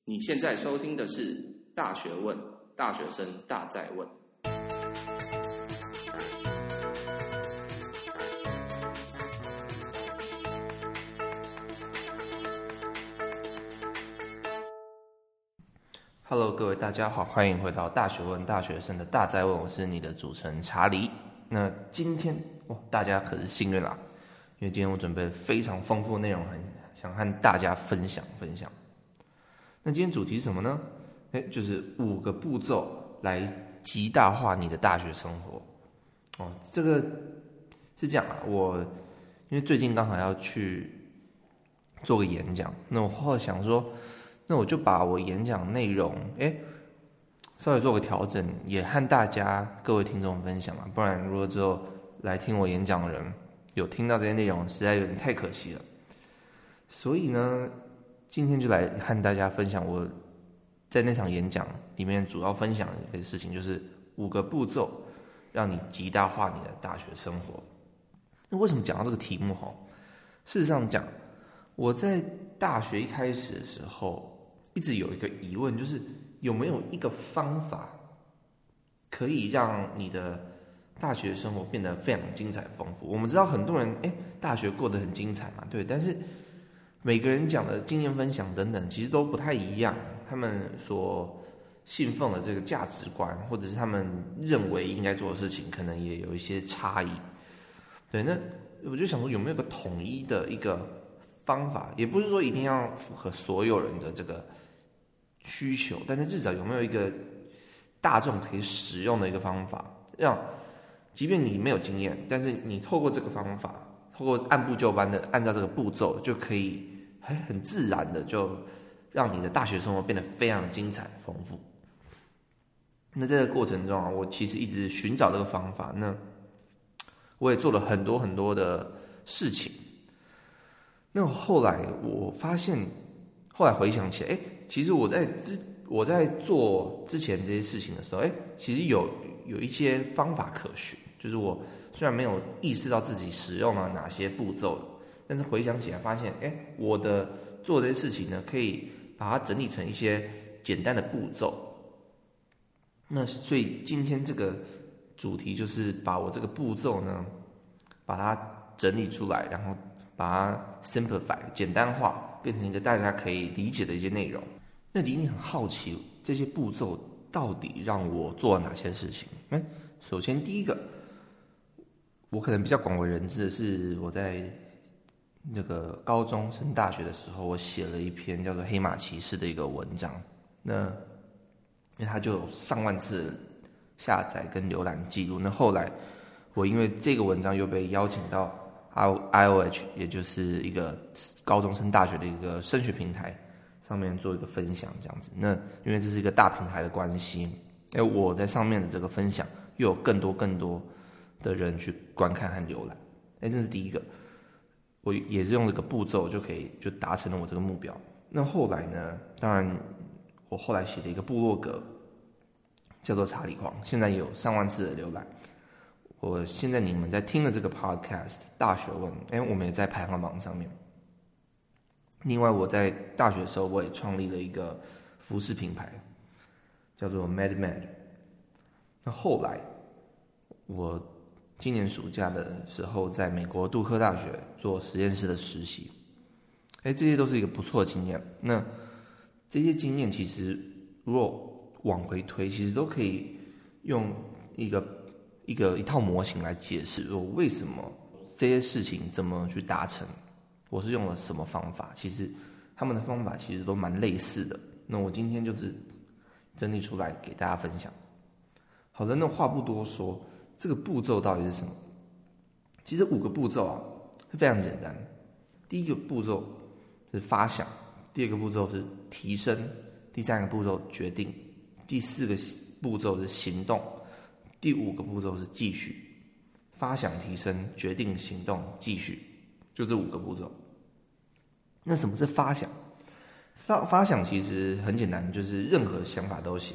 你现在收听的是《大学问》，大学生大在问。Hello， 各位大家好，欢迎回到《大学问》，大学生的大在问，我是你的主持人查理。那今天大家可是幸运啦，因为今天我准备了非常丰富的内容，很想和大家分享。那今天主题是什么呢？就是5个步骤来极大化你的大学生活。这个是这样啊，因为最近刚好要去做个演讲，那我后来想说，那我就把我演讲内容稍微做个调整，也和各位听众分享嘛。不然如果之后来听我演讲的人有听到这些内容，实在有点太可惜了。所以呢，今天就来和大家分享我在那场演讲里面主要分享的一个事情，就是5个步骤让你极大化你的大学生活。那为什么讲到这个题目？事实上讲，我在大学一开始的时候一直有一个疑问，就是有没有一个方法可以让你的大学生活变得非常精彩丰富。我们知道很多人大学过得很精彩嘛，对，但是每个人讲的经验分享等等其实都不太一样，他们所信奉的这个价值观，或者是他们认为应该做的事情，可能也有一些差异。对，那我就想说有没有个统一的一个方法，也不是说一定要符合所有人的这个需求，但是至少有没有一个大众可以使用的一个方法，让即便你没有经验，但是你透过这个方法，透过按部就班的按照这个步骤，就可以很自然的就让你的大学生活变得非常精彩丰富。那在这个过程中我其实一直寻找这个方法，那我也做了很多很多的事情。那后来我发现，后来回想起来，其实我在做之前这些事情的时候，其实有一些方法可循。就是我虽然没有意识到自己使用了哪些步骤，但是回想起来发现，我的做这些事情呢，可以把它整理成一些简单的步骤。那所以今天这个主题就是把我这个步骤呢，把它整理出来，然后把它 simplify 简单化，变成一个大家可以理解的一些内容。那你一定很好奇，这些步骤到底让我做了哪些事情？首先第一个，我可能比较广为人知的是，我在这个高中升大学的时候，我写了一篇叫做《黑马骑士》的一个文章。那因为它就有上万次下载跟浏览记录。那后来我因为这个文章又被邀请到 IOH， 也就是一个高中升大学的一个升学平台上面做一个分享，这样子。那因为这是一个大平台的关系，我在上面的这个分享又有更多的人去观看和浏览。这是第一个，我也是用这个步骤就达成了我这个目标。那后来呢，当然我后来写了一个部落格叫做查理狂，现在也有上万次的浏览。我现在你们在听的这个 podcast 大学问，我们也在排行榜上面。另外我在大学的时候，我也创立了一个服饰品牌叫做 MadMad。 那后来我今年暑假的时候在美国杜克大学做实验室的实习，这些都是一个不错的经验。那这些经验其实如果往回推，其实都可以用一套模型来解释我为什么这些事情怎么去达成，我是用了什么方法。其实他们的方法其实都蛮类似的。那我今天就是整理出来给大家分享。好的，那话不多说，这个步骤到底是什么？其实5个步骤是非常简单。第一个步骤是发想，第2个步骤是提升，第3个步骤决定，第4个步骤是行动，第5个步骤是继续。发想、提升、决定、行动、继续，就这5个步骤。那什么是发想？发想其实很简单，就是任何想法都行。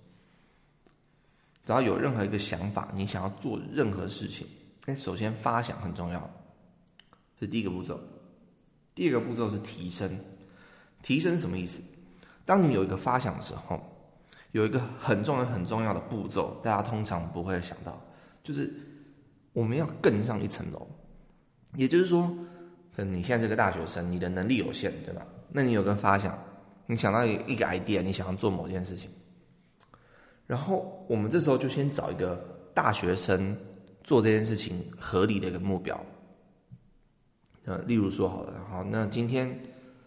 只要有任何一个想法，你想要做任何事情，首先发想很重要，是第1个步骤。第2个步骤是提升。提升什么意思？ 当你有一个发想的时候，有一个很重要的步骤，大家通常不会想到，就是我们要更上一层楼。也就是说，可能你现在是个大学生，你的能力有限，对吧？那你有个发想，你想到一个 idea， 你想要做某件事情，然后我们这时候就先找一个大学生做这件事情合理的一个目标。例如说好了，好，那今天，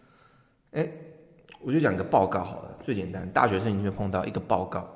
我就讲个报告好了，最简单，大学生你会碰到一个报告。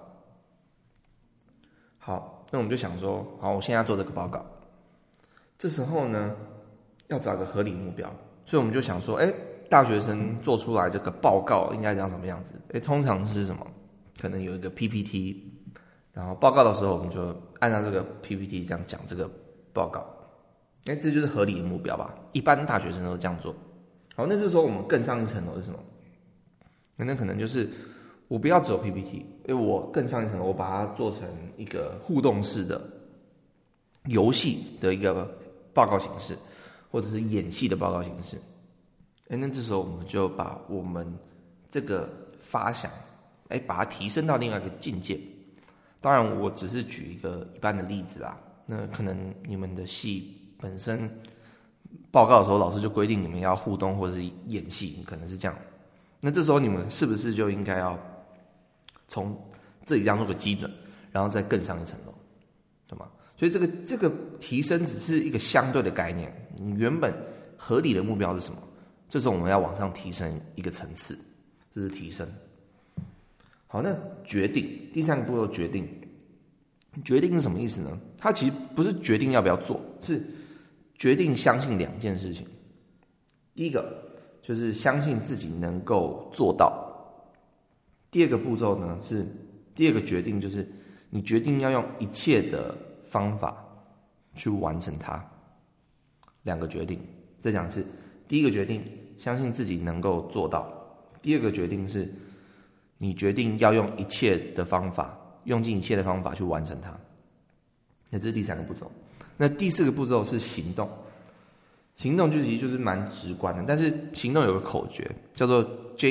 好，那我们就想说，好，我现在要做这个报告，这时候呢，要找个合理目标，所以我们就想说，大学生做出来这个报告应该长什么样子？通常是什么？可能有一个 PPT， 然后报告的时候我们就按照这个 PPT 这样讲这个报告，这就是合理的目标吧？一般大学生都这样做。好，那这时候我们更上一层楼是什么？那可能就是我不要只有 PPT， 我更上一层楼，我把它做成一个互动式的游戏的一个报告形式，或者是演戏的报告形式。那这时候我们就把我们这个发想，把它提升到另外一个境界。当然，我只是举一个一般的例子啦。那可能你们的系本身报告的时候，老师就规定你们要互动或者是演戏，可能是这样。那这时候你们是不是就应该要从这里当做个基准，然后再更上一层楼，对吗？所以这个提升只是一个相对的概念。你原本合理的目标是什么？这时候我们要往上提升一个层次，这是提升。好，那决定，第三个步骤决定。决定是什么意思呢？它其实不是决定要不要做，是决定相信两件事情。第一个就是相信自己能够做到。第二个步骤呢是第二个决定，就是你决定要用一切的方法去完成它。两个决定，再讲一次，第一个决定相信自己能够做到，第二个决定是你决定要用一切的方法，用尽一切的方法去完成它。那这是第三个步骤。那第四个步骤是行动。行动其实就是蛮直观的，但是行动有个口诀叫做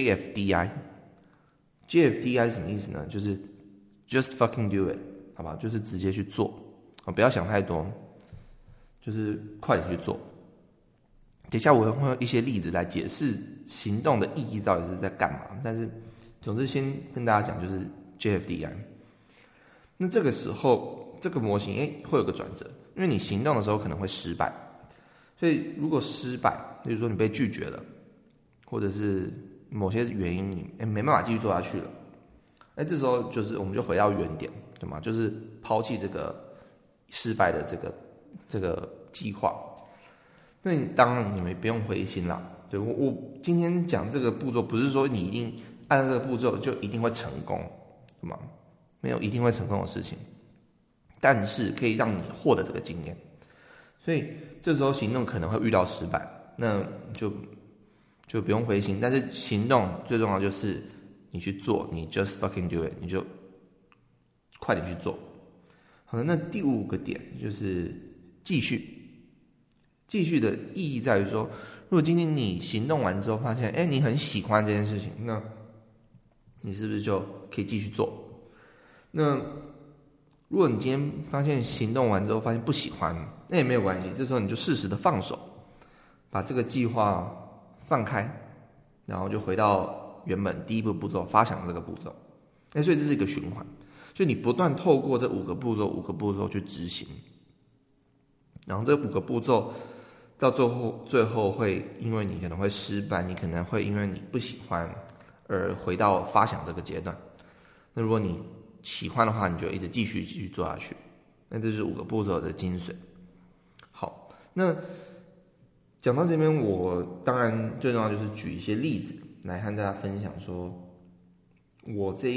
JFDI。JFDI 是什么意思呢？就是 Just fucking do it， 好吧，就是直接去做，不要想太多，就是快点去做。等一下我会用一些例子来解释行动的意义到底是在干嘛，但是总之先跟大家讲，就是 JFDI。那这个时候这个模型会有个转折，因为你行动的时候可能会失败，所以如果失败，比如说你被拒绝了，或者是某些原因你没办法继续做下去了，这时候就是我们就回到原点，对吗？就是抛弃这个失败的这个计划。那当然你们不用灰心啦。对，我今天讲这个步骤，不是说你一定按照这个步骤就一定会成功，对吗？没有一定会成功的事情，但是可以让你获得这个经验。所以这时候行动可能会遇到失败，那就不用灰心。但是行动最重要就是你去做，你 just fucking do it， 你就快点去做。好的，那第五个点就是继续。继续的意义在于说，如果今天你行动完之后发现，你很喜欢这件事情，那你是不是就可以继续做？那如果你今天发现行动完之后发现不喜欢，那也没有关系，这时候你就适时的放手，把这个计划放开，然后就回到原本第一步骤发想的这个步骤。所以这是一个循环，所以你不断透过这五个步骤去执行，然后这五个步骤到最后会因为你可能会失败，你可能会因为你不喜欢而回到发想这个阶段。那如果你喜欢的话，你就一直继续做下去。那这是五个步骤的精髓。好，那讲到这边，我当然最重要就是举一些例子来和大家分享，说我这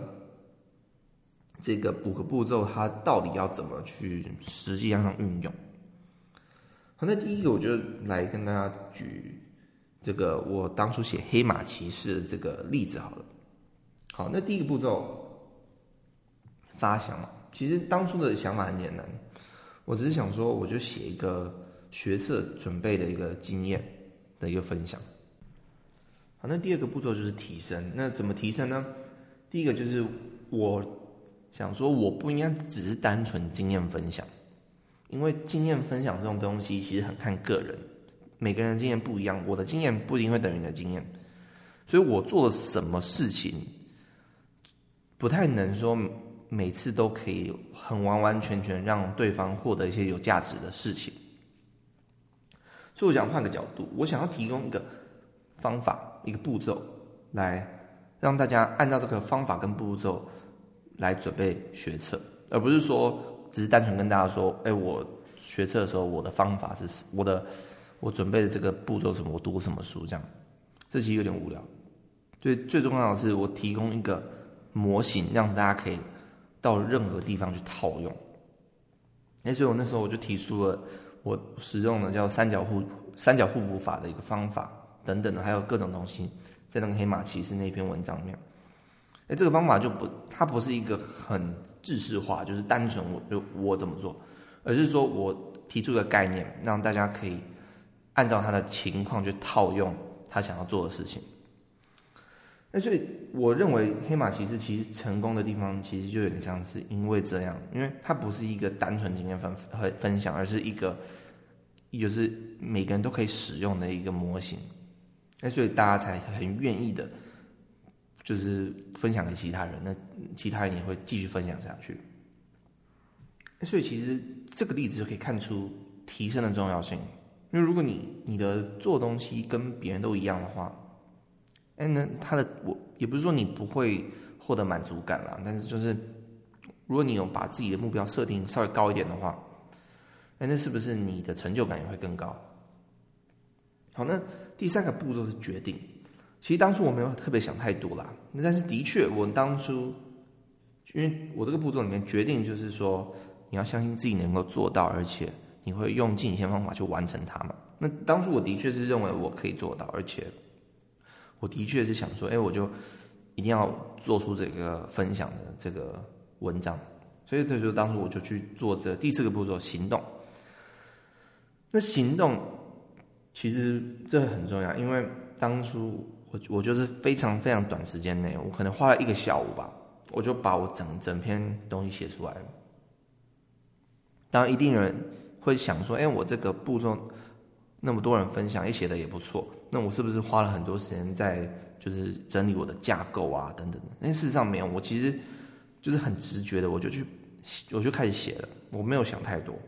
个五个步骤它到底要怎么去实际上运用。好，那第一个我就来跟大家举这个我当初写黑马骑士的这个例子好了。好，那第一个步骤发想嘛，其实当初的想法很简单，我只是想说我就写一个学测准备的一个经验的一个分享。 好，那第二个步骤就是提升。那怎么提升呢？第一个就是我想说，我不应该只是单纯经验分享，因为经验分享这种东西其实很看个人，每个人的经验不一样，我的经验不一定会等于你的经验，所以我做了什么事情，不太能说每次都可以很完完全全让对方获得一些有价值的事情。所以我想换个角度，我想要提供一个方法，一个步骤，来让大家按照这个方法跟步骤来准备学测，而不是说只是单纯跟大家说，我学测的时候我的方法是我准备的这个步骤是什么，我读什么书，这样，这其实有点无聊。最重要的是我提供一个模型，让大家可以到任何地方去套用。所以我那时候我就提出了我使用的叫三角互补法的一个方法等等的，还有各种东西，在那个黑马骑士那篇文章里面。这个方法它不是一个很制式化，就是单纯我怎么做，而是说我提出一个概念，让大家可以按照他的情况去套用他想要做的事情。所以我认为黑马骑士其实成功的地方，其实就有点像是因为这样，因为它不是一个单纯经验分享，而是一个就是每个人都可以使用的一个模型。所以大家才很愿意的，就是分享给其他人，那其他人也会继续分享下去。所以其实这个例子就可以看出提升的重要性。因为如果你的做东西跟别人都一样的话，那我也不是说你不会获得满足感啦，但是就是如果你有把自己的目标设定稍微高一点的话，那是不是你的成就感也会更高？好，那第三个步骤是决定。其实当初我没有特别想太多啦，但是的确我当初，因为我这个步骤里面决定就是说，你要相信自己能够做到，而且你会用尽一切方法去完成它嘛。那当初我的确是认为我可以做到，而且我的确是想说，我就一定要做出这个分享的这个文章，所以就当初我就去做这第四个步骤，行动。那行动其实这很重要，因为当初我就是非常非常短时间内，我可能花了1个下午吧，我就把我整篇东西写出来了。当然，一定有人会想说，我这个步骤那么多人分享，也写的也不错，那我是不是花了很多时间在就是整理我的架构啊等等的？事实上没有，我其实就是很直觉的，我就开始写了，我没有想太多。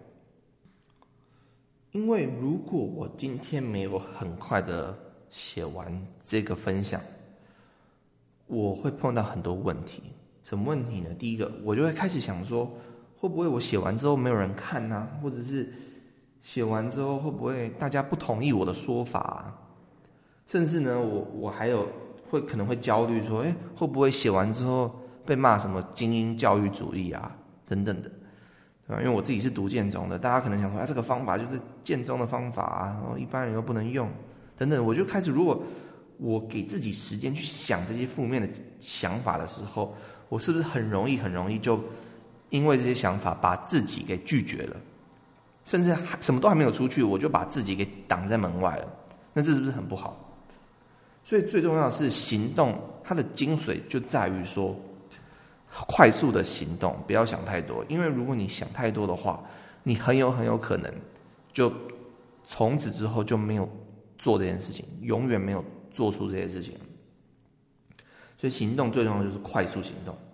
因为如果我今天没有很快的写完这个分享，我会碰到很多问题。什么问题呢？第一个，我就会开始想说，会不会我写完之后没有人看啊？或者是写完之后会不会大家不同意我的说法啊？甚至呢，我还有可能会焦虑说，会不会写完之后被骂什么精英教育主义啊等等的。对吧？因为我自己是读建中的，大家可能想说，这个方法就是建中的方法啊，然后一般人又不能用，等等。我就开始，如果我给自己时间去想这些负面的想法的时候，我是不是很容易就因为这些想法把自己给拒绝了，甚至什么都还没有出去，我就把自己给挡在门外了？那这是不是很不好？所以最重要的是行动，它的精髓就在于说，快速的行动，不要想太多，因为如果你想太多的话，你很有可能就从此之后就没有做这件事情，永远没有做出这些事情。所以行动最重要的就是快速行动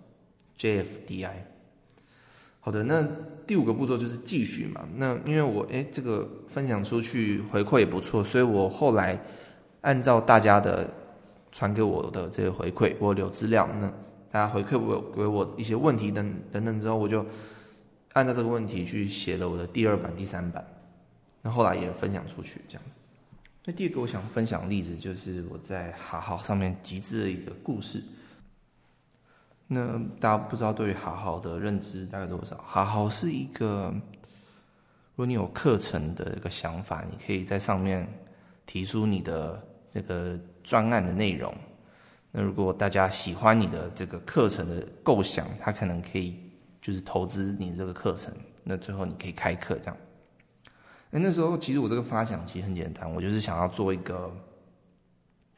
，JFDI。好的，那第5个步骤就是继续嘛。那因为我这个分享出去回馈也不错，所以我后来按照大家的传给我的这个回馈，我留资料，那大家回馈给我一些问题等等之后，我就按照这个问题去写了我的第2版、第3版，那后来也分享出去这样子。那第2个我想分享的例子就是我在好好上面集资的一个故事。那大家不知道对于好好的认知大概多少？好好是一个，如果你有课程的一个想法，你可以在上面提出你的这个专案的内容。那如果大家喜欢你的这个课程的构想，他可能可以就是投资你这个课程，那最后你可以开课这样。那时候其实我这个发想其实很简单，我就是想要做一个，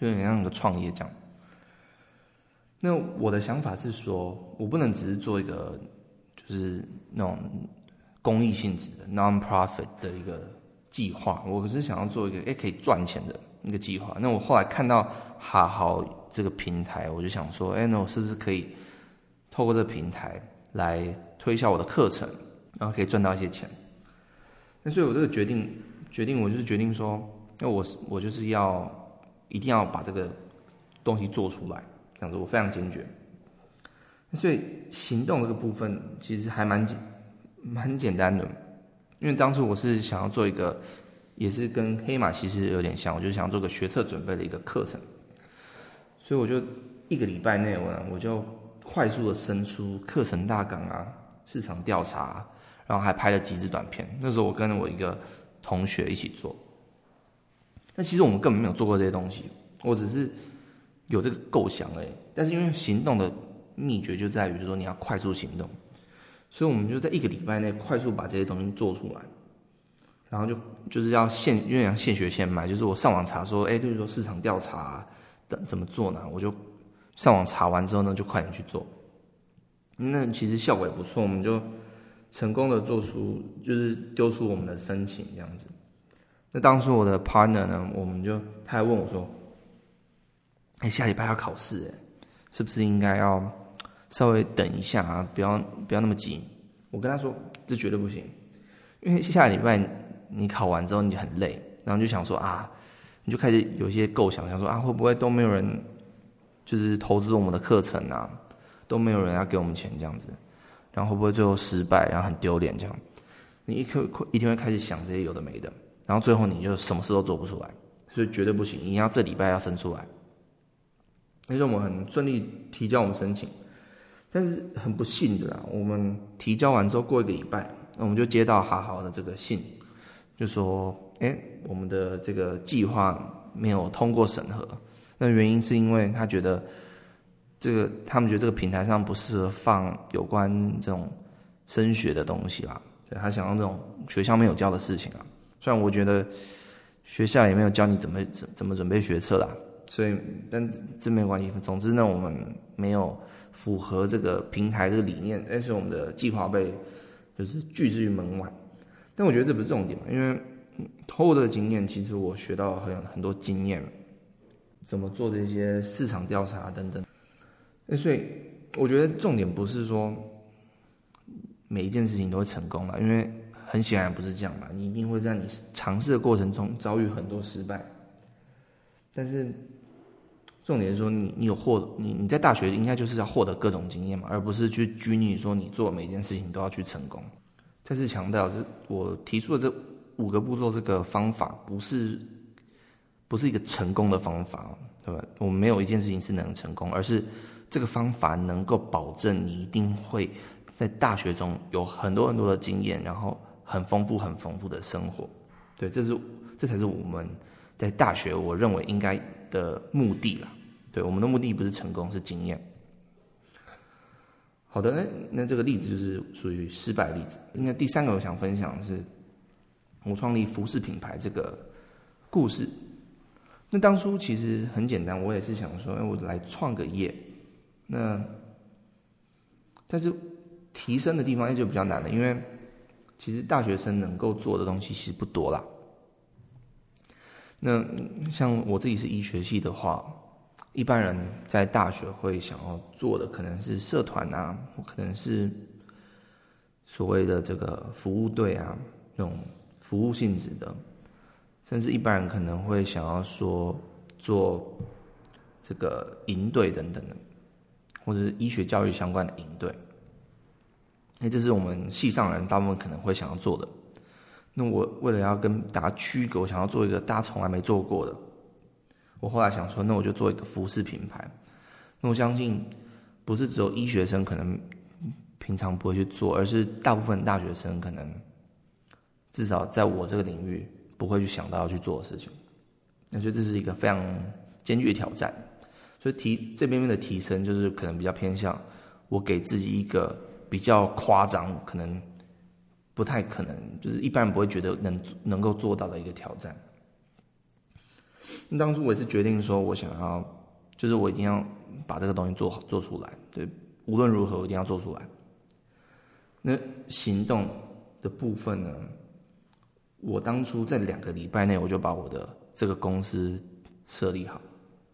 就有点像一个创业这样。那我的想法是说，我不能只是做一个就是那种公益性质的 non-profit 的一个计划，我是想要做一个可以赚钱的一个计划。那我后来看到哈好这个平台，我就想说，那我是不是可以透过这个平台来推销我的课程，然后可以赚到一些钱？那所以我这个决定，我就是决定说，那我就是一定要把这个东西做出来。这样子我非常坚决，所以行动这个部分其实还蛮简单的，因为当初我是想要做一个，也是跟黑马其实有点像，我就想要做个学测准备的一个课程，所以我就1个礼拜内我就快速的生出课程大纲啊、市场调查，然后还拍了几支短片。那时候我跟我一个同学一起做，但其实我们根本没有做过这些东西，我只是有这个构想而已，但是因为行动的秘诀就在于说你要快速行动，所以我们就在1个礼拜内快速把这些东西做出来，然后就是要有点像现学现卖，就是我上网查说，就是说市场调查怎么做呢？我就上网查完之后呢，就快点去做。那其实效果也不错，我们就成功的就是丢出我们的申请这样子。那当初我的 partner 呢，他还问我说，下礼拜要考试，是不是应该要稍微等一下啊？不要那么急。我跟他说，这绝对不行，因为下礼拜你考完之后你很累，然后就想说你就开始有一些构想，想说会不会都没有人就是投资我们的课程啊，都没有人要给我们钱这样子，然后会不会最后失败，然后很丢脸这样？你一定会开始想这些有的没的，然后最后你就什么事都做不出来，所以绝对不行，一定要这礼拜要生出来。那时候我们很顺利提交我们申请，但是很不幸的我们提交完之后过1个礼拜，我们就接到哈好的这个信，就说我们的这个计划没有通过审核。那原因是因为他们觉得这个平台上不适合放有关这种升学的东西啦，他想要这种学校没有教的事情啊。虽然我觉得学校也没有教你怎么准备学测啦，但这没有关系。总之呢，我们没有符合这个平台这个理念，所以我们的计划被就是拒之于门外。但我觉得这不是重点嘛，因为透过这个经验，其实我学到很多经验，怎么做这些市场调查等等。所以我觉得重点不是说每一件事情都会成功啦，因为很显然不是这样嘛，你一定会在你尝试的过程中遭遇很多失败。但是重点是说你在大学应该就是要获得各种经验嘛，而不是去拘泥说你做每一件事情都要去成功。再次强调，我提出的这5个步骤这个方法不是一个成功的方法，对吧？我们没有一件事情是能成功，而是这个方法能够保证你一定会在大学中有很多很多的经验，然后很丰富的生活。对，这才是我们在大学我认为应该的目的啦。对，我们的目的不是成功，是经验。好的，那这个例子就是属于失败的例子。那第3个我想分享的是我创立服饰品牌这个故事。那当初其实很简单，我也是想说，我来创个业。但是提升的地方就比较难了，因为其实大学生能够做的东西其实不多啦。那像我自己是医学系的话，一般人在大学会想要做的可能是社团啊，或可能是所谓的这个服务队啊，这种服务性质的，甚至一般人可能会想要说做这个营队等等的，或者是医学教育相关的营队。这是我们系上人大部分可能会想要做的。那我为了要跟大家区隔，我想要做一个大家从来没做过的，我后来想说，那我就做一个服饰品牌。那我相信不是只有医学生可能平常不会去做，而是大部分大学生可能至少在我这个领域不会去想到要去做的事情。那所以这是一个非常艰巨的挑战。所以这边的提升就是可能比较偏向我给自己一个比较夸张，可能不太可能，就是一般人不会觉得能够做到的一个挑战。 当初我也是决定说，我想要，就是我一定要把这个东西做出来，对，无论如何我一定要做出来。那行动的部分呢，我当初在2个礼拜内我就把我的这个公司设立好。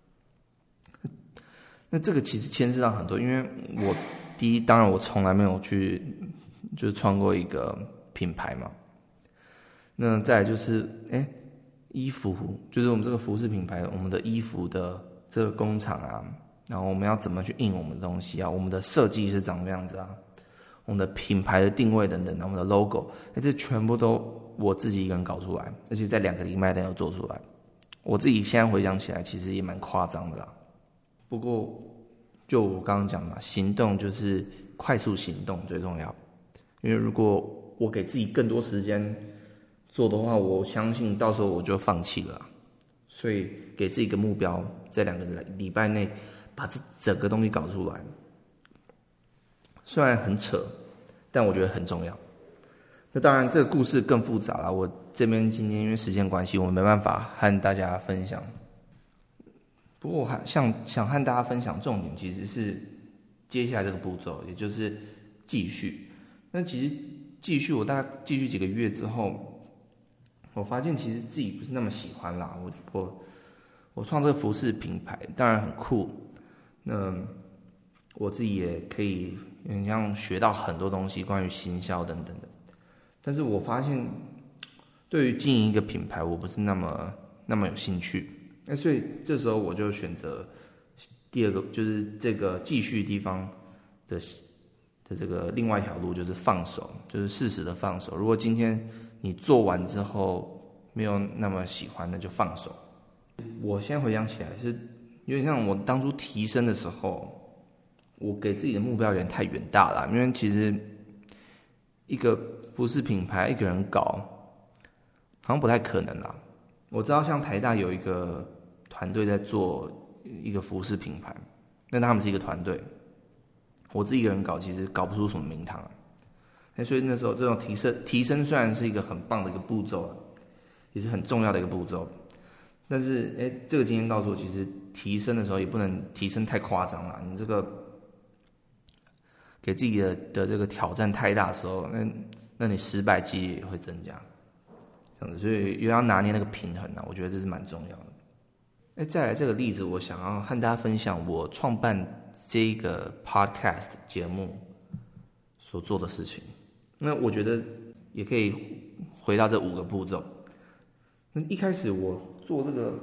那这个其实牵涉到很多，因为我第一，当然我从来没有去就是创过一个品牌嘛。那再来就是衣服，就是我们这个服饰品牌，我们的衣服的这个工厂啊，然后我们要怎么去印我们的东西啊，我们的设计是长什么样子啊，我们的品牌的定位等等，我们的 logo， 这全部都我自己一个人搞出来，而且在2个礼拜内有做出来。我自己现在回想起来，其实也蛮夸张的啦。不过，就我刚刚讲嘛，行动就是快速行动最重要。因为如果我给自己更多时间做的话，我相信到时候我就放弃了啦。所以给自己一个目标，在2个礼拜内把这整个东西搞出来。虽然很扯，但我觉得很重要。那当然，这个故事更复杂了。我这边今天因为时间关系，我没办法和大家分享。不过我还想和大家分享重点，其实是接下来这个步骤，也就是继续。那其实继续，我大概继续几个月之后，我发现其实自己不是那么喜欢啦。我创这个服饰品牌，当然很酷。那我自己也可以像学到很多东西，关于行销等等的。但是我发现，对于经营一个品牌，我不是那么有兴趣。所以这时候我就选择第二个，就是这个继续地方的这个另外一条路，就是放手，就是适时的放手。如果今天你做完之后没有那么喜欢，那就放手。我现在回想起来，是有点像我当初提升的时候，我给自己的目标有点太远大了，因为其实一个服饰品牌一个人搞，好像不太可能啦。我知道像台大有一个团队在做一个服饰品牌，那他们是一个团队，我自己一个人搞其实搞不出什么名堂啊。所以那时候这种提升虽然是一个很棒的一个步骤，也是很重要的一个步骤，但是这个经验告诉我，其实提升的时候也不能提升太夸张了。你这个给自己的这个挑战太大的时候，那你失败几率也会增加。这样子，所以又要拿捏那个平衡啊，我觉得这是蛮重要的。再来这个例子，我想要和大家分享我创办这个 podcast 节目所做的事情。那我觉得也可以回到这5个步骤。那一开始我做这个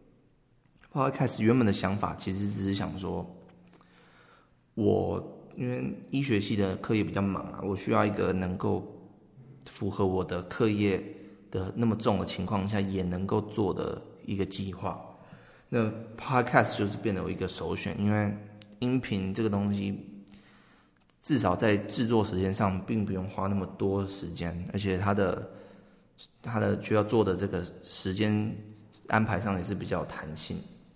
podcast 原本的想法，其实只是想说，因为医学系的课业比较忙啊，我需要一个能够符合我的课业的那么重的情况下，也能够做的一个计划。那 podcast 就是变得有一个首选，因为音频这个东西，至少在制作时间上并不用花那么多时间，而且它的需要做的这个时间安排上也是比较有弹性。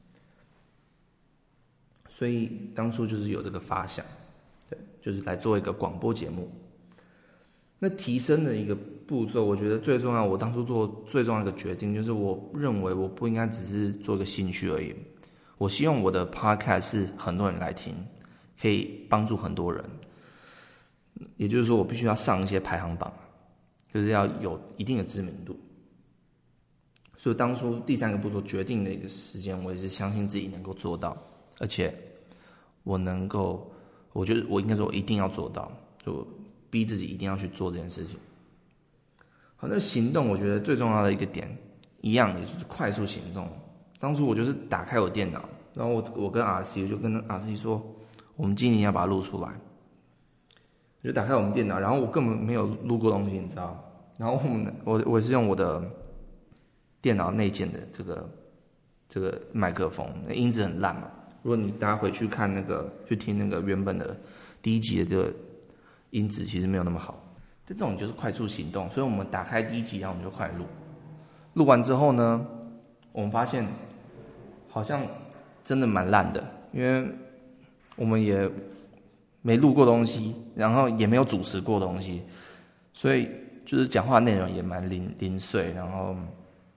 所以当初就是有这个发想，对，就是来做一个广播节目。那提升的一个步骤，我觉得最重要。我当初做最重要的一个决定，就是我认为我不应该只是做一个兴趣而已。我希望我的 podcast 是很多人来听，可以帮助很多人。也就是说，我必须要上一些排行榜，就是要有一定的知名度。所以当初第3个步骤决定的一个时间，我也是相信自己能够做到，而且我觉得我应该说我一定要做到，就逼自己一定要去做这件事情。好，那行动我觉得最重要的一个点，一样也就是快速行动。当初我就是打开我电脑，然后我跟 RC 我就跟 RC 说，我们今年要把它录出来。我就打开我们电脑，然后我根本没有录过东西，你知道？然后我是用我的电脑内建的这个麦克风，音质很烂嘛。如果你大家回去看去听那个原本的第1集的这个音质，其实没有那么好。这种就是快速行动，所以我们打开第1集，然后我们就快录。录完之后呢，我们发现好像真的蛮烂的，因为我们也没录过东西，然后也没有主持过东西，所以就是讲话内容也蛮零碎，然后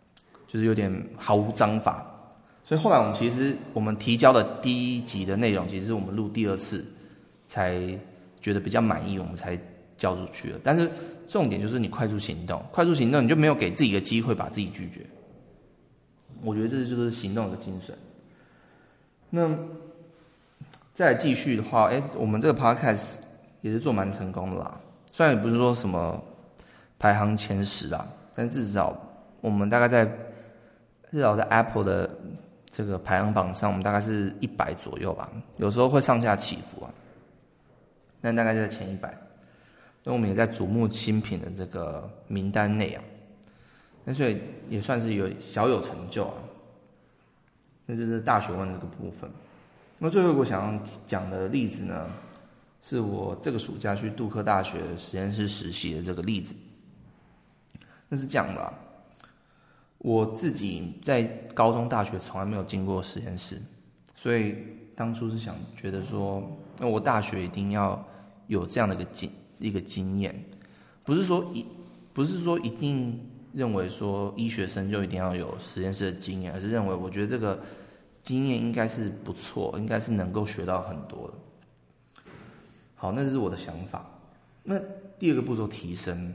就是有点毫无章法。所以后来我们提交的第一集的内容，其实是我们录第2次才觉得比较满意，我们才交出去了。但是重点就是你快速行动，你就没有给自己一个机会把自己拒绝。我觉得这就是行动的精髓。那再来继续的话，我们这个 podcast 也是做蛮成功的啦。虽然也不是说什么排行前10啦，但至少我们大概至少在 Apple 的这个排行榜上，我们大概是100左右吧，有时候会上下起伏啊。但大概在前100，因为我们也在瞩目新品的这个名单内啊。那所以也算是小有成就啊。那就是大学问这个部分。那最后我想要讲的例子呢，是我这个暑假去杜克大学实验室实习的这个例子。那是这样的啊，我自己在高中、大学从来没有进过实验室，所以当初是觉得说，那我大学一定要有这样的一个经验，不是说一定认为说医学生就一定要有实验室的经验，而是认为我觉得这个经验应该是不错，应该是能够学到很多的。好，那是我的想法。那第2个步骤提升，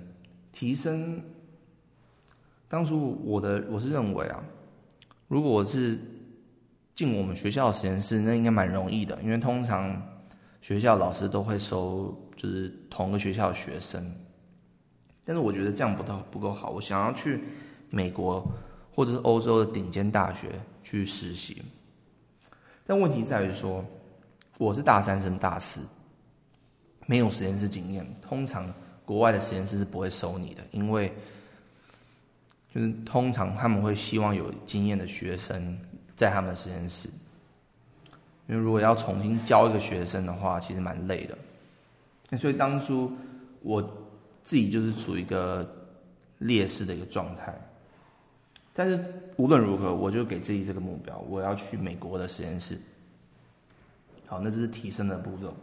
当初我是认为啊，如果我是进我们学校的实验室，那应该蛮容易的，因为通常学校老师都会收就是同个学校的学生。但是我觉得这样不够好，我想要去美国或者是欧洲的顶尖大学去实习。但问题在于说，我是大3升大4，没有实验室经验。通常国外的实验室是不会收你的，因为就是通常他们会希望有经验的学生在他们的实验室，因为如果要重新教一个学生的话，其实蛮累的。所以当初我自己就是处于一个劣势的一个状态。但是无论如何，我就给自己这个目标，我要去美国的实验室。好，那这是提升的步骤。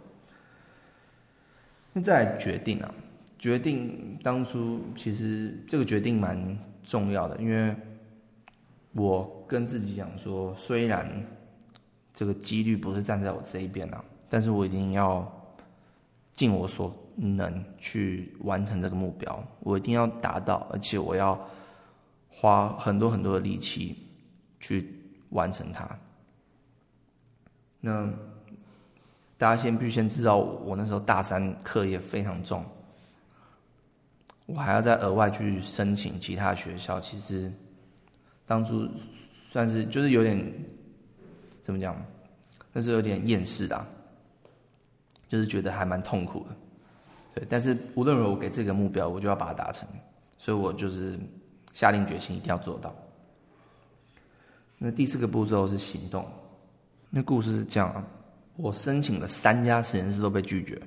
那再来决定当初其实这个决定蛮重要的，因为我跟自己讲说，虽然这个几率不是站在我这一边啊，但是我一定要尽我所能去完成这个目标，我一定要达到，而且我要花很多很多的力气去完成它。那大家必须先知道，我那时候大3课业非常重，我还要再额外去申请其他学校。其实当初算是就是有点怎么讲，那是有点厌世啦，就是觉得还蛮痛苦的。对，但是无论如何，我给这个目标，我就要把它达成，所以我就是下定决心一定要做到。那第4个步骤是行动。那故事是这样啊，我申请了3家实验室都被拒绝，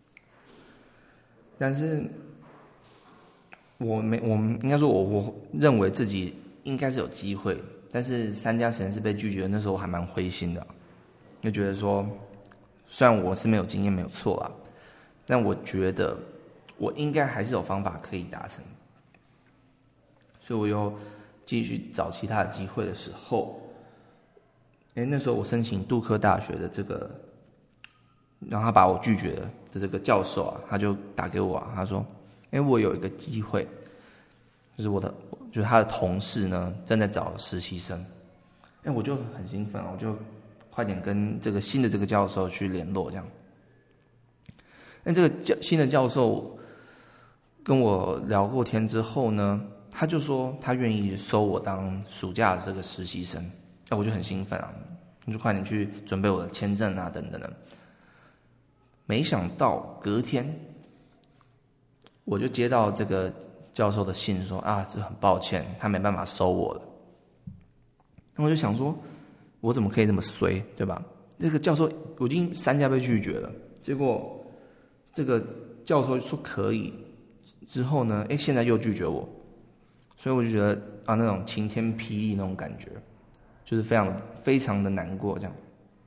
但是我应该说我认为自己应该是有机会，但是3家实验室被拒绝，那时候我还蛮灰心的，就觉得说，虽然我是没有经验没有错啦，但我觉得我应该还是有方法可以达成，所以我又继续找其他的机会的时候，那时候我申请杜克大学的这个，然后他把我拒绝的这个教授啊，他就打给我啊，他说，我有一个机会，就是他的同事呢正在找实习生，我就很兴奋啊，我就快点跟这个新的这个教授去联络这样。那这个新的教授跟我聊过天之后呢，他就说他愿意收我当暑假的这个实习生，我就很兴奋啊，我就快点去准备我的签证啊等等的。没想到隔天我就接到这个教授的信说啊，这很抱歉，他没办法收我了。我就想说，我怎么可以这么衰，对吧？这个教授我已经3家被拒绝了，结果这个教授说可以，之后呢，现在又拒绝我，所以我就觉得啊，那种晴天霹雳那种感觉，就是非常的难过这样。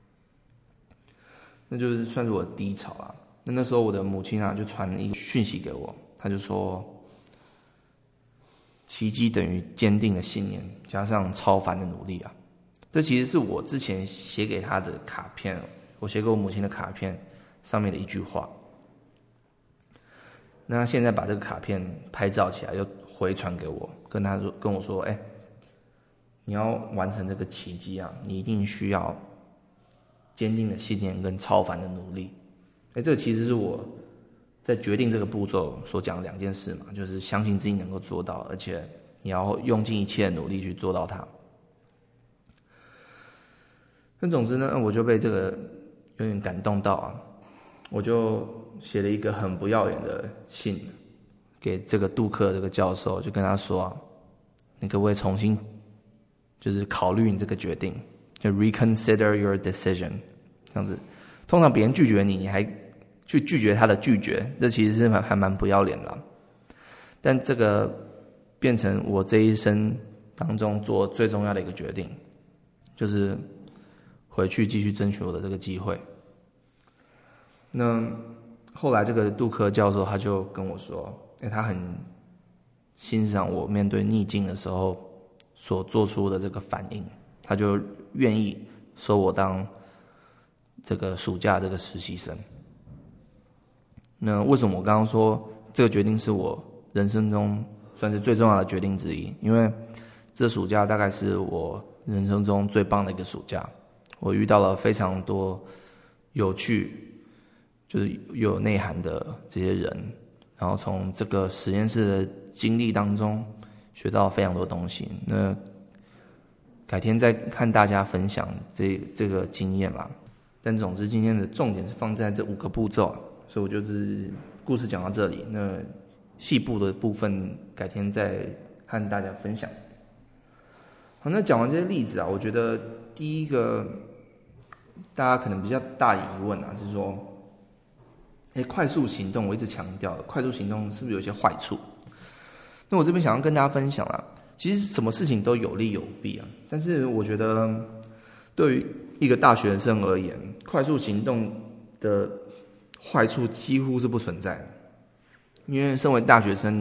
那就是算是我的低潮啦。那时候我的母亲啊就传一个讯息给我，她就说， 奇迹等于坚定的信念加上超凡的努力啊。这其实是我之前写给他的卡片，我写给我母亲的卡片上面的一句话。那他现在把这个卡片拍照起来，又回传给我，跟我说，你要完成这个奇迹啊，你一定需要坚定的信念跟超凡的努力。这个其实是我在决定这个步骤所讲的两件事嘛，就是相信自己能够做到，而且你要用尽一切的努力去做到它。那总之呢，我就被这个有点感动到啊，我就写了一个很不要脸的信给这个杜克这个教授，就跟他说啊，你可不可以重新就是考虑你这个决定，就 reconsider your decision 这样子。通常别人拒绝你，你还去拒绝他的拒绝，这其实是还蛮不要脸的。但这个变成我这一生当中做最重要的一个决定，就是回去继续争取我的这个机会。那后来这个杜克教授他就跟我说，他很欣赏我面对逆境的时候所做出的这个反应，他就愿意收我当这个暑假这个实习生。那为什么我刚刚说这个决定是我人生中算是最重要的决定之一？因为这暑假大概是我人生中最棒的一个暑假，我遇到了非常多有趣就是又有内涵的这些人，然后从这个实验室的经历当中学到非常多东西。那改天再看大家分享这个经验啦。但总之今天的重点是放在这5个步骤，所以我就是故事讲到这里，那细部的部分改天再和大家分享。好，那讲完这些例子啊，我觉得第一个大家可能比较大的疑问啊，是说快速行动，我一直强调快速行动是不是有一些坏处？那我这边想要跟大家分享啊，其实什么事情都有利有弊啊，但是我觉得对于一个大学生而言，快速行动的坏处几乎是不存在的。因为身为大学生，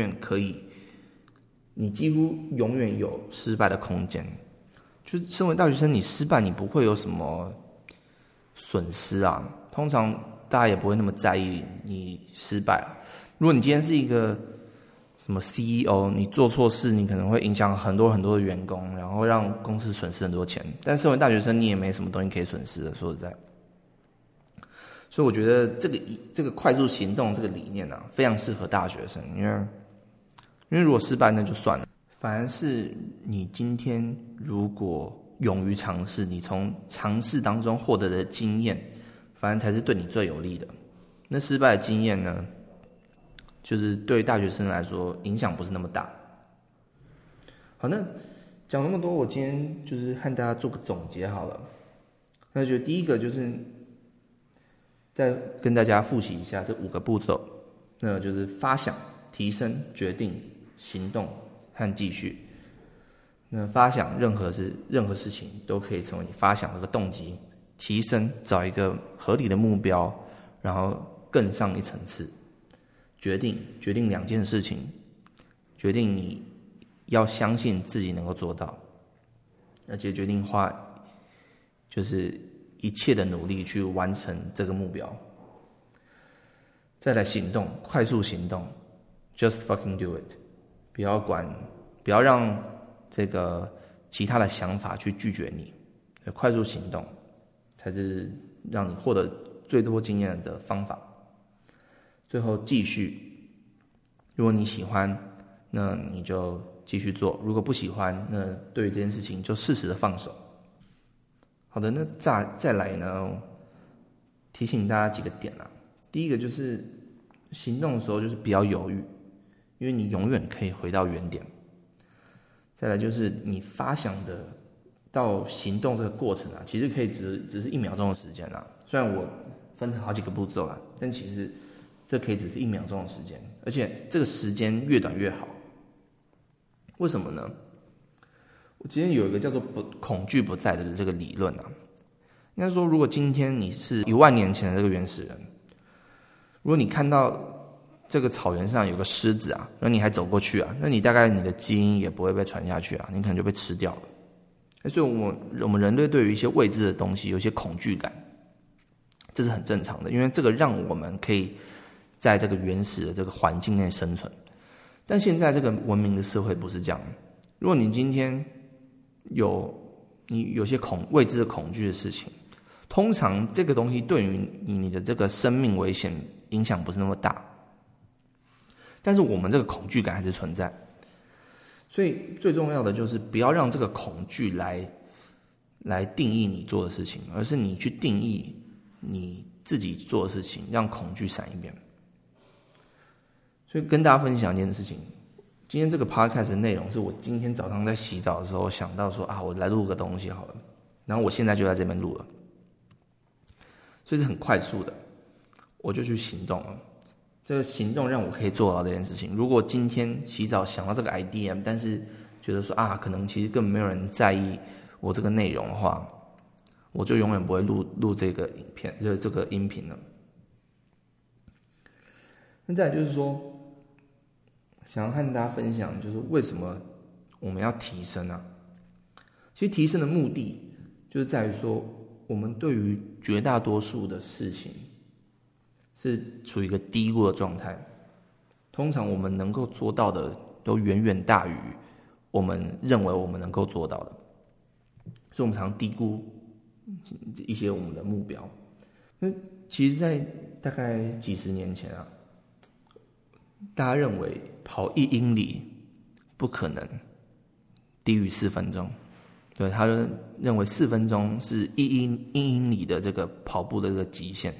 你几乎永远有失败的空间。就身为大学生，你失败你不会有什么损失啊，通常大家也不会那么在意你失败啊。如果你今天是一个什么 CEO， 你做错事，你可能会影响很多很多的员工，然后让公司损失很多钱。但身为大学生，你也没什么东西可以损失的，说实在。所以我觉得这个快速行动这个理念啊，非常适合大学生，因为如果失败那就算了，反而是你今天如果勇于尝试，你从尝试当中获得的经验，反而才是对你最有利的。那失败的经验呢，就是对大学生来说影响不是那么大。好，那讲那么多，我今天就是和大家做个总结好了。那就第一个就是再跟大家复习一下这5个步骤，那就是发想、提升、决定、行动和继续。那发想任何事情都可以成为你发想的一个动机，提升找一个合理的目标，然后更上一层次。决定2件事情，决定你要相信自己能够做到，而且决定花就是一切的努力去完成这个目标。再来行动，快速行动 ，just fucking do it， 不要让这个其他的想法去拒绝你，快速行动才是让你获得最多经验的方法。最后继续，如果你喜欢，那你就继续做；如果不喜欢，那对于这件事情就适时的放手。好的，那再来呢，提醒大家几个点啊。第一个就是行动的时候就是不要犹豫，因为你永远可以回到原点。再来就是你发想的到行动这个过程啊，其实可以只是1秒钟的时间啊。虽然我分成好几个步骤啊，但其实这可以只是1秒钟的时间，而且这个时间越短越好。为什么呢？我今天有一个叫做恐惧不在的这个理论啊，应该说，如果今天你是1万年前的这个原始人，如果你看到这个草原上有个狮子啊，那你还走过去啊，那你大概你的基因也不会被传下去啊，你可能就被吃掉了。所以我们人类对于一些未知的东西有一些恐惧感，这是很正常的，因为这个让我们可以在这个原始的这个环境内生存。但现在这个文明的社会不是这样，如果你今天你有些未知的恐惧的事情，通常这个东西对于你的这个生命危险影响不是那么大，但是我们这个恐惧感还是存在。所以最重要的就是不要让这个恐惧来定义你做的事情，而是你去定义你自己做的事情，让恐惧闪一边。所以跟大家分享一件事情，今天这个 podcast 的内容是我今天早上在洗澡的时候想到说我来录个东西好了，然后我现在就在这边录了，所以是很快速的，我就去行动了。这个行动让我可以做到这件事情。如果今天洗澡想到这个 idea， 但是觉得说可能其实根本没有人在意我这个内容的话，我就永远不会录这个影片，这个音频了。那再来就是说，想要和大家分享，就是为什么我们要提升啊？其实提升的目的就是在于说，我们对于绝大多数的事情是处于一个低估的状态。通常我们能够做到的都远远大于我们认为我们能够做到的，所以我们常低估一些我们的目标。那其实在大概几十年前啊，大家认为跑1英里不可能低于4分钟，对，他认为4分钟是1英里的这个跑步的这个极限。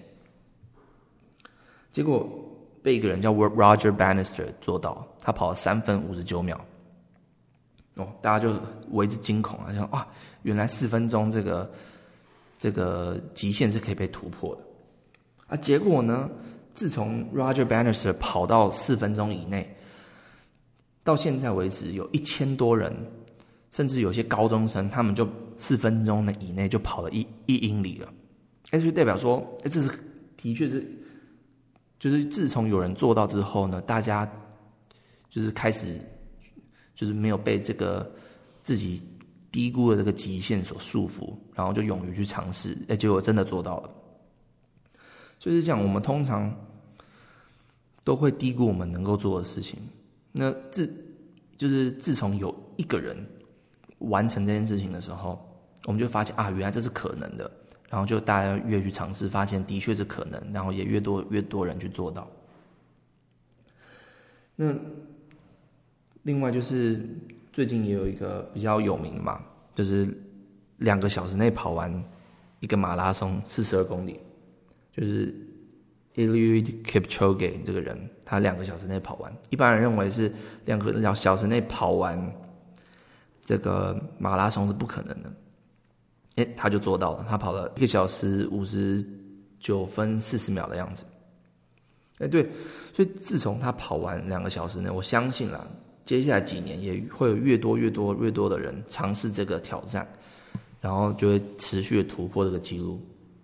结果被一个人叫 Roger Bannister 做到，他跑了3分59秒。大家就为之惊恐啊，想原来4分钟这个极限是可以被突破的。结果呢，自从 Roger Bannister 跑到4分钟以内，到现在为止有1000多人，甚至有些高中生，他们就4分钟以内就跑了1英里了。就代表说，这是的确是，就是自从有人做到之后呢，大家就是开始就是没有被这个自己低估的这个极限所束缚，然后就勇于去尝试，结果真的做到了。就是这样，我们通常都会低估我们能够做的事情。那自从有一个人完成这件事情的时候，我们就发现原来这是可能的，然后就大家越去尝试，发现的确是可能，然后也越多人去做到。那另外就是最近也有一个比较有名嘛，就是2个小时内跑完一个马拉松42公里，就是 Eliud Kipchoge 这个人，他2个小时内跑完。一般人认为是2个小时内跑完这个马拉松是不可能的，他就做到了，他跑了1个小时59分40秒的样子。对，所以自从他跑完2个小时呢，我相信啦，接下来几年也会有越多的人尝试这个挑战，然后就会持续的突破这个记录。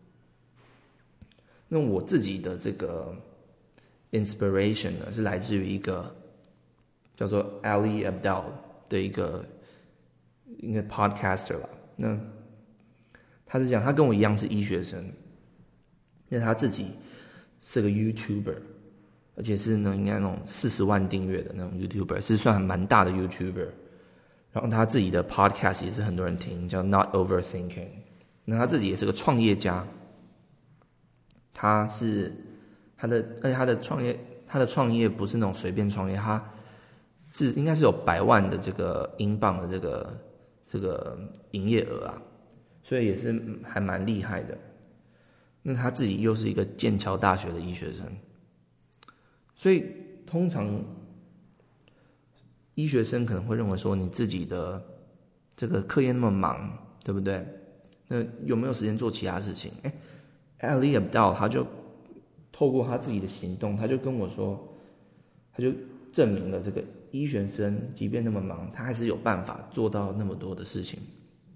那我自己的这个 inspiration 呢，是来自于一个叫做 Ali Abdaal 的一个 podcaster 啦。那他是讲，他跟我一样是医学生，因为他自己是个 YouTuber， 而且是呢应该那种40万订阅的那种 YouTuber， 是算蛮大的 YouTuber。然后他自己的 podcast 也是很多人听，叫 Not Overthinking。那他自己也是个创业家，而且他的创业不是那种随便创业，他是应该是有100万的这个英镑的这个营业额啊，所以也是还蛮厉害的。那他自己又是一个剑桥大学的医学生，所以通常医学生可能会认为说，你自己的这个课业那么忙，对不对？那有没有时间做其他事情？Ali Abdaal 他就透过他自己的行动，他就跟我说，他就证明了这个医学生即便那么忙，他还是有办法做到那么多的事情。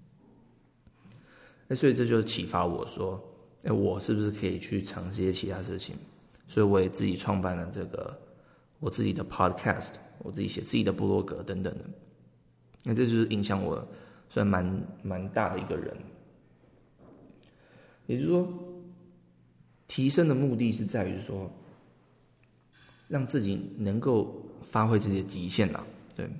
所以这就启发我说，我是不是可以去尝试一些其他事情？所以我也自己创办了这个我自己的 podcast， 我自己写自己的部落格等等的。那这就是影响我算蛮大的一个人。也就是说，提升的目的是在于说，让自己能够发挥自己的极限啦。对。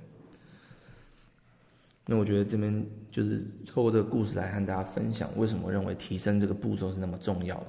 那我觉得这边就是透过这个故事来和大家分享，为什么我认为提升这个步骤是那么重要的。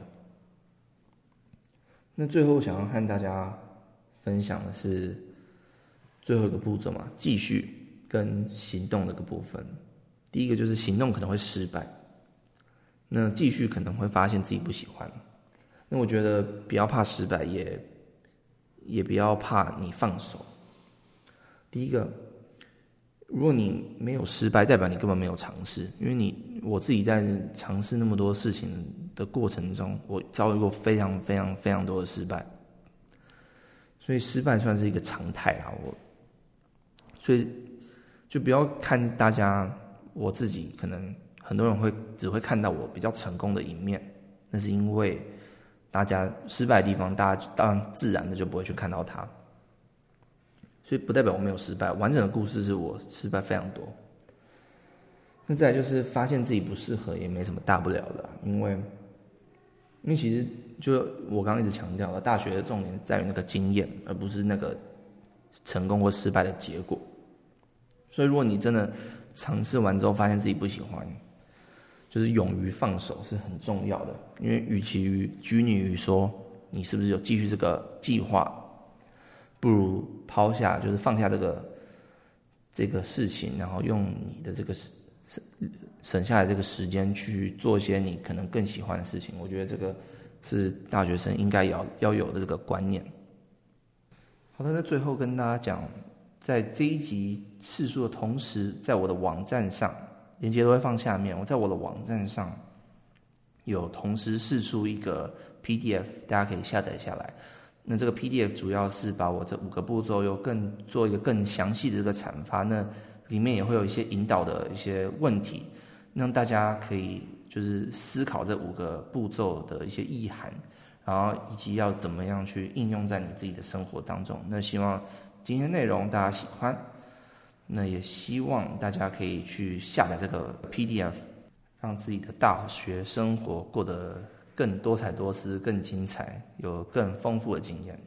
那最后想要和大家分享的是最后一个步骤嘛，继续跟行动的一个部分。第一个就是行动可能会失败，那继续可能会发现自己不喜欢。那我觉得不要怕失败，也不要怕你放手。第一个，如果你没有失败，代表你根本没有尝试。因为我自己在尝试那么多事情的过程中，我遭遇过非常非常非常多的失败，所以失败算是一个常态啦。所以就不要看大家，我自己可能很多人只会看到我比较成功的一面，那是因为大家失败的地方，大家当然自然的就不会去看到它。所以不代表我没有失败，完整的故事是我失败非常多。那再来就是发现自己不适合，也没什么大不了的，因为其实就我刚刚一直强调了，大学的重点在于那个经验，而不是那个成功或失败的结果。所以如果你真的尝试完之后发现自己不喜欢，就是勇于放手是很重要的。因为与其拘泥于说你是不是有继续这个计划，不如抛下，就是放下这个事情，然后用你的这个省下来这个时间去做一些你可能更喜欢的事情。我觉得这个是大学生应该要有的这个观念。好的，那最后跟大家讲，在这一集释述的同时，在我的网站上，连结都会放下面，我在我的网站上有同时释述一个 PDF， 大家可以下载下来。那这个 PDF 主要是把我这5个步骤做一个更详细的这个阐发，那里面也会有一些引导的一些问题，让大家可以就是思考这5个步骤的一些意涵，然后以及要怎么样去应用在你自己的生活当中。那希望今天内容大家喜欢，那也希望大家可以去下载这个 PDF， 让自己的大学生活过得更多彩多姿，更精彩，有更丰富的经验。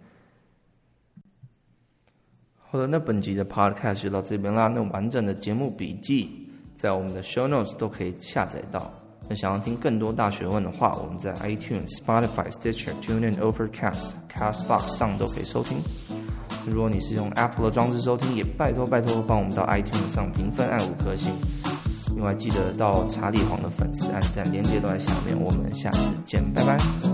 好的，那本集的 podcast 就到这边啦。那完整的节目笔记在我们的 show notes 都可以下载到。那想要听更多大学问的话，我们在 iTunes、Spotify、Stitcher、TuneIn、Overcast、Castbox 上都可以收听。如果你是用 Apple 的装置收听，也拜托帮我们到 iTunes 上评分按5颗星。另外记得到查理皇的粉丝按赞，连结都在下面。我们下次见，拜拜。